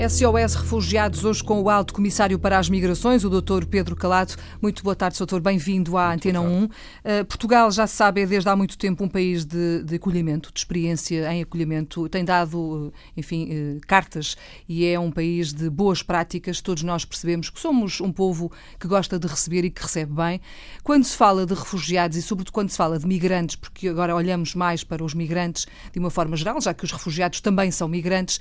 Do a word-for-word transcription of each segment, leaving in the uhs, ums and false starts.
S O S Refugiados, hoje com o Alto Comissário para as Migrações, o doutor Pedro Calado. Muito boa tarde, doutor. Bem-vindo à Antena um. Uh, Portugal, já se sabe, é desde há muito tempo um país de, de acolhimento, de experiência em acolhimento. Tem dado, enfim, uh, cartas e é um país de boas práticas. Todos nós percebemos que somos um povo que gosta de receber e que recebe bem. Quando se fala de refugiados e, sobretudo, quando se fala de migrantes, porque agora olhamos mais para os migrantes de uma forma geral, já que os refugiados também são migrantes,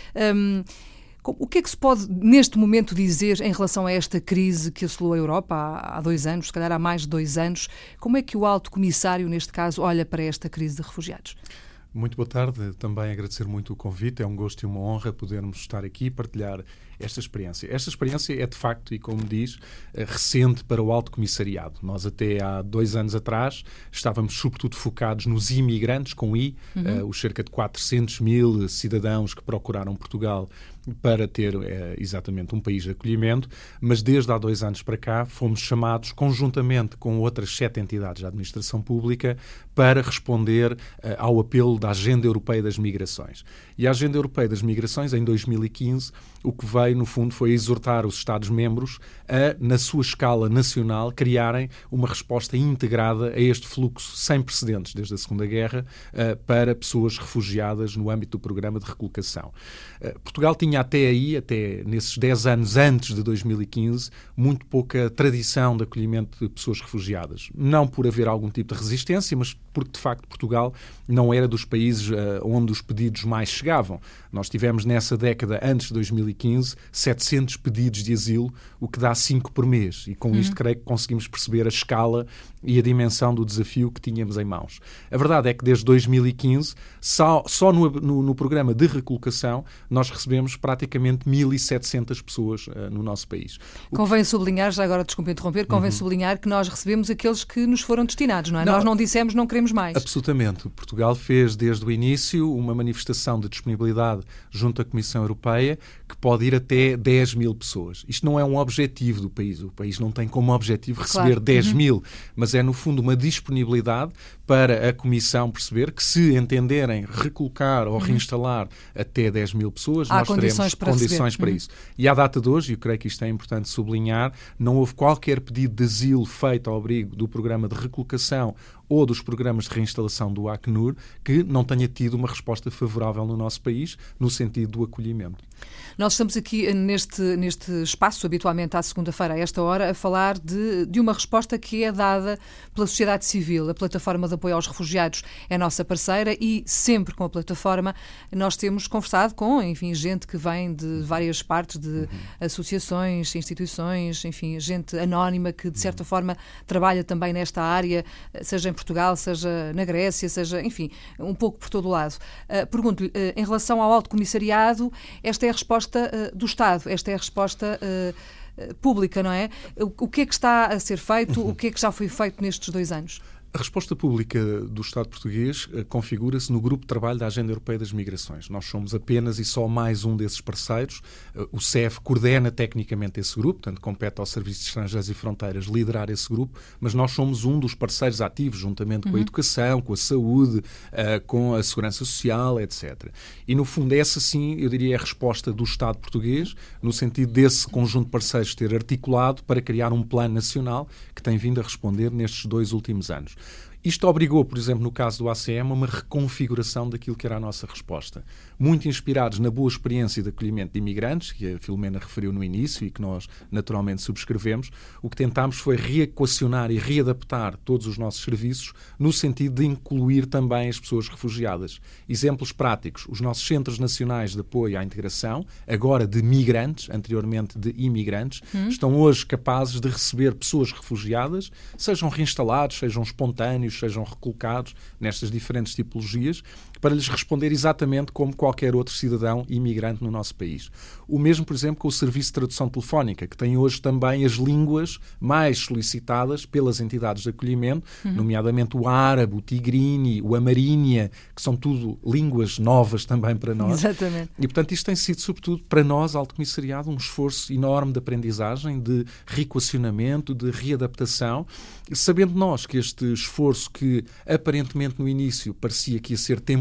um, o que é que se pode, neste momento, dizer em relação a esta crise que assolou a Europa há, há dois anos, se calhar há mais de dois anos? Como é que o Alto Comissário, neste caso, olha para esta crise de refugiados? Muito boa tarde. Também agradecer muito o convite. É um gosto e uma honra podermos estar aqui e partilhar esta experiência. Esta experiência é, de facto, e como diz, recente para o Alto Comissariado. Nós até há dois anos atrás estávamos sobretudo focados nos imigrantes, com I, uhum. uh, os cerca de quatrocentos mil cidadãos que procuraram Portugal para ter é, exatamente um país de acolhimento, mas desde há dois anos para cá fomos chamados conjuntamente com outras sete entidades da administração pública para responder uh, ao apelo da Agenda Europeia das Migrações. E a Agenda Europeia das Migrações, em dois mil e quinze, o que veio, no fundo, foi exortar os Estados-membros a, na sua escala nacional, criarem uma resposta integrada a este fluxo sem precedentes desde a Segunda Guerra uh, para pessoas refugiadas no âmbito do programa de recolocação. Uh, Portugal tinha até aí, até nesses dez anos antes de dois mil e quinze, muito pouca tradição de acolhimento de pessoas refugiadas. Não por haver algum tipo de resistência, mas porque, de facto, Portugal não era dos países uh, onde os pedidos mais chegavam. Nós tivemos nessa década, antes de dois mil e quinze, setecentos pedidos de asilo, o que dá cinco por mês. E com isto, uhum. creio que conseguimos perceber a escala e a dimensão do desafio que tínhamos em mãos. A verdade é que desde dois mil e quinze, só, só no, no, no programa de recolocação, nós recebemos praticamente mil e setecentas pessoas uh, no nosso país. O convém que... sublinhar, já agora desculpe interromper, convém uhum. sublinhar que nós recebemos aqueles que nos foram destinados, não é? Não, nós não dissemos não queremos mais. Absolutamente. Portugal fez desde o início uma manifestação de disponibilidade junto à Comissão Europeia que pode ir até dez mil pessoas. Isto não é um objetivo do país. O país não tem como objetivo receber claro. dez uhum. mil, mas é, no fundo, uma disponibilidade para a Comissão perceber que, se entenderem recolocar ou uhum. reinstalar até dez mil pessoas, há nós teremos condições para, condições para uhum. isso. E à data de hoje, e eu creio que isto é importante sublinhar, não houve qualquer pedido de asilo feito ao abrigo do programa de recolocação ou dos programas de reinstalação do Acnur que não tenha tido uma resposta favorável no nosso país, no sentido do acolhimento. Nós estamos aqui neste, neste espaço, habitualmente à segunda-feira, a esta hora, a falar de, de uma resposta que é dada pela sociedade civil. A Plataforma de Apoio aos Refugiados é a nossa parceira e sempre com a plataforma nós temos conversado com, enfim, gente que vem de várias partes, de uhum. associações, instituições, enfim, gente anónima que, de certa uhum. forma, trabalha também nesta área, seja em Portugal, seja na Grécia, seja, enfim, um pouco por todo o lado. Uh, pergunto-lhe, uh, em relação ao Alto Comissariado, esta é a resposta uh, do Estado, esta é a resposta uh, uh, pública, não é? O, o que é que está a ser feito, o que é que já foi feito nestes dois anos? A resposta pública do Estado português uh, configura-se no Grupo de Trabalho da Agenda Europeia das Migrações. Nós somos apenas e só mais um desses parceiros. Uh, o C E F coordena tecnicamente esse grupo, portanto, compete ao Serviço de Estrangeiros e Fronteiras liderar esse grupo, mas nós somos um dos parceiros ativos, juntamente uhum. com a educação, com a saúde, uh, com a segurança social, etcétera. E, no fundo, essa, sim, eu diria, é a resposta do Estado português, no sentido desse conjunto de parceiros ter articulado para criar um plano nacional que tem vindo a responder nestes dois últimos anos. Isto obrigou, por exemplo, no caso do A C M, a uma reconfiguração daquilo que era a nossa resposta. Muito inspirados na boa experiência de acolhimento de imigrantes, que a Filomena referiu no início e que nós naturalmente subscrevemos, o que tentámos foi reequacionar e readaptar todos os nossos serviços no sentido de incluir também as pessoas refugiadas. Exemplos práticos: os nossos Centros Nacionais de Apoio à Integração, agora de migrantes, anteriormente de imigrantes, hum. estão hoje capazes de receber pessoas refugiadas, sejam reinstalados, sejam espontâneos, sejam recolocados nestas diferentes tipologias, para lhes responder exatamente como qualquer outro cidadão imigrante no nosso país. O mesmo, por exemplo, com o Serviço de Tradução Telefónica, que tem hoje também as línguas mais solicitadas pelas entidades de acolhimento, uhum. nomeadamente o árabe, o tigrini, o amarínia, que são tudo línguas novas também para nós. Exatamente. E, portanto, isto tem sido, sobretudo, para nós, Alto Comissariado, um esforço enorme de aprendizagem, de reequacionamento, de readaptação, sabendo nós que este esforço que, aparentemente, no início parecia que ia ser temporário,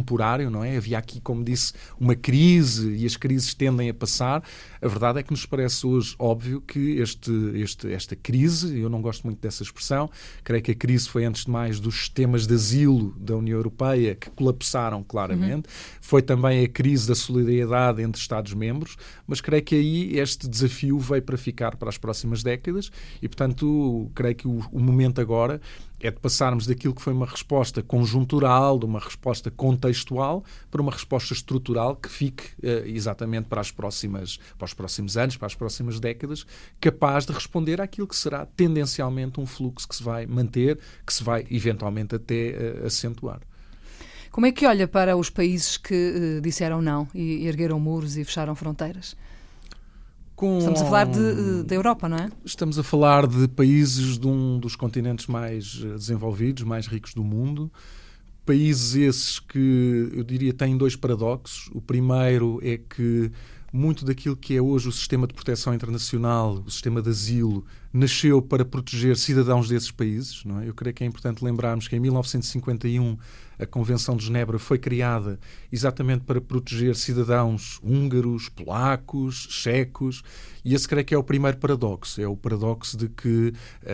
temporário, não é? Havia aqui, como disse, uma crise e as crises tendem a passar. A verdade é que nos parece hoje óbvio que este, este, esta crise, eu não gosto muito dessa expressão, creio que a crise foi antes de mais dos sistemas de asilo da União Europeia que colapsaram claramente, uhum. Foi também a crise da solidariedade entre Estados-membros, mas creio que aí este desafio veio para ficar para as próximas décadas e, portanto, creio que o, o momento agora é de passarmos daquilo que foi uma resposta conjuntural, de uma resposta contextual, para uma resposta estrutural que fique uh, exatamente para, as próximas, para os próximos anos, para as próximas décadas, capaz de responder àquilo que será tendencialmente um fluxo que se vai manter, que se vai eventualmente até uh, acentuar. Como é que olha para os países que uh, disseram não e ergueram muros e fecharam fronteiras? Com... Estamos a falar de, da Europa, não é? Estamos a falar de países de um dos continentes mais desenvolvidos, mais ricos do mundo. Países esses que, eu diria, têm dois paradoxos. O primeiro é que muito daquilo que é hoje o sistema de proteção internacional, o sistema de asilo, nasceu para proteger cidadãos desses países, não é? Eu creio que é importante lembrarmos que em mil novecentos e cinquenta e um a Convenção de Genebra foi criada exatamente para proteger cidadãos húngaros, polacos, checos, e esse creio que é o primeiro paradoxo. É o paradoxo de que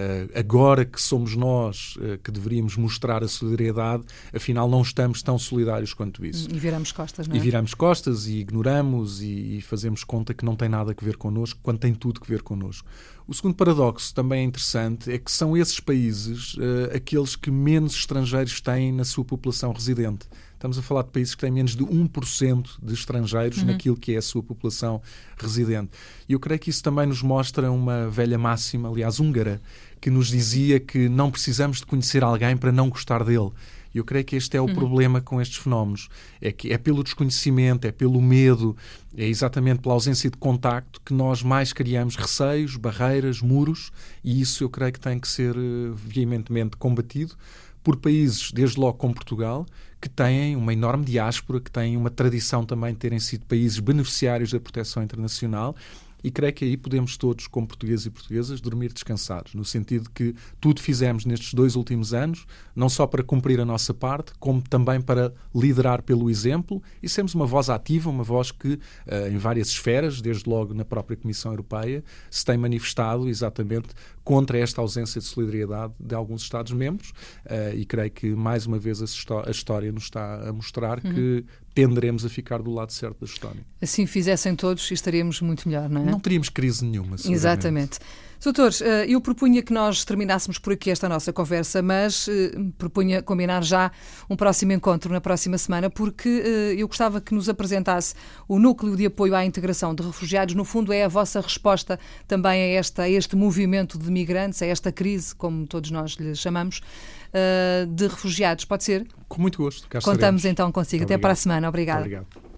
agora que somos nós que deveríamos mostrar a solidariedade, afinal não estamos tão solidários quanto isso. E viramos costas, não é? E viramos costas e ignoramos e fazemos conta que não tem nada a ver connosco, quando tem tudo a ver connosco. O segundo paradoxo, também é interessante, é que são esses países uh, aqueles que menos estrangeiros têm na sua população residente. Estamos a falar de países que têm menos de um por cento de estrangeiros uhum. naquilo que é a sua população residente. E eu creio que isso também nos mostra uma velha máxima, aliás, húngara, que nos dizia que não precisamos de conhecer alguém para não gostar dele. E eu creio que este é o uhum. problema com estes fenómenos. É que é pelo desconhecimento, é pelo medo, é exatamente pela ausência de contacto que nós mais criamos receios, barreiras, muros, e isso eu creio que tem que ser uh, veementemente combatido por países, desde logo como Portugal, que têm uma enorme diáspora, que têm uma tradição também de terem sido países beneficiários da proteção internacional. E creio que aí podemos todos, como portugueses e portuguesas, dormir descansados, no sentido de que tudo fizemos nestes dois últimos anos, não só para cumprir a nossa parte, como também para liderar pelo exemplo e sermos uma voz ativa, uma voz que, em várias esferas, desde logo na própria Comissão Europeia, se tem manifestado exatamente contra esta ausência de solidariedade de alguns Estados-membros e creio que, mais uma vez, a história nos está a mostrar uhum. que tenderemos a ficar do lado certo da história. Assim fizessem todos, estaríamos muito melhor, não é? Não teríamos crise nenhuma, seguramente. Exatamente. Doutores, eu propunha que nós terminássemos por aqui esta nossa conversa, mas propunha combinar já um próximo encontro na próxima semana, porque eu gostava que nos apresentasse o Núcleo de Apoio à Integração de Refugiados. No fundo, é a vossa resposta também a, esta, a este movimento de migrantes, a esta crise, como todos nós lhe chamamos, de refugiados. Pode ser? Com muito gosto. Cá Contamos estaremos. então consigo. Obrigado. Até para a semana. Obrigada. Obrigado.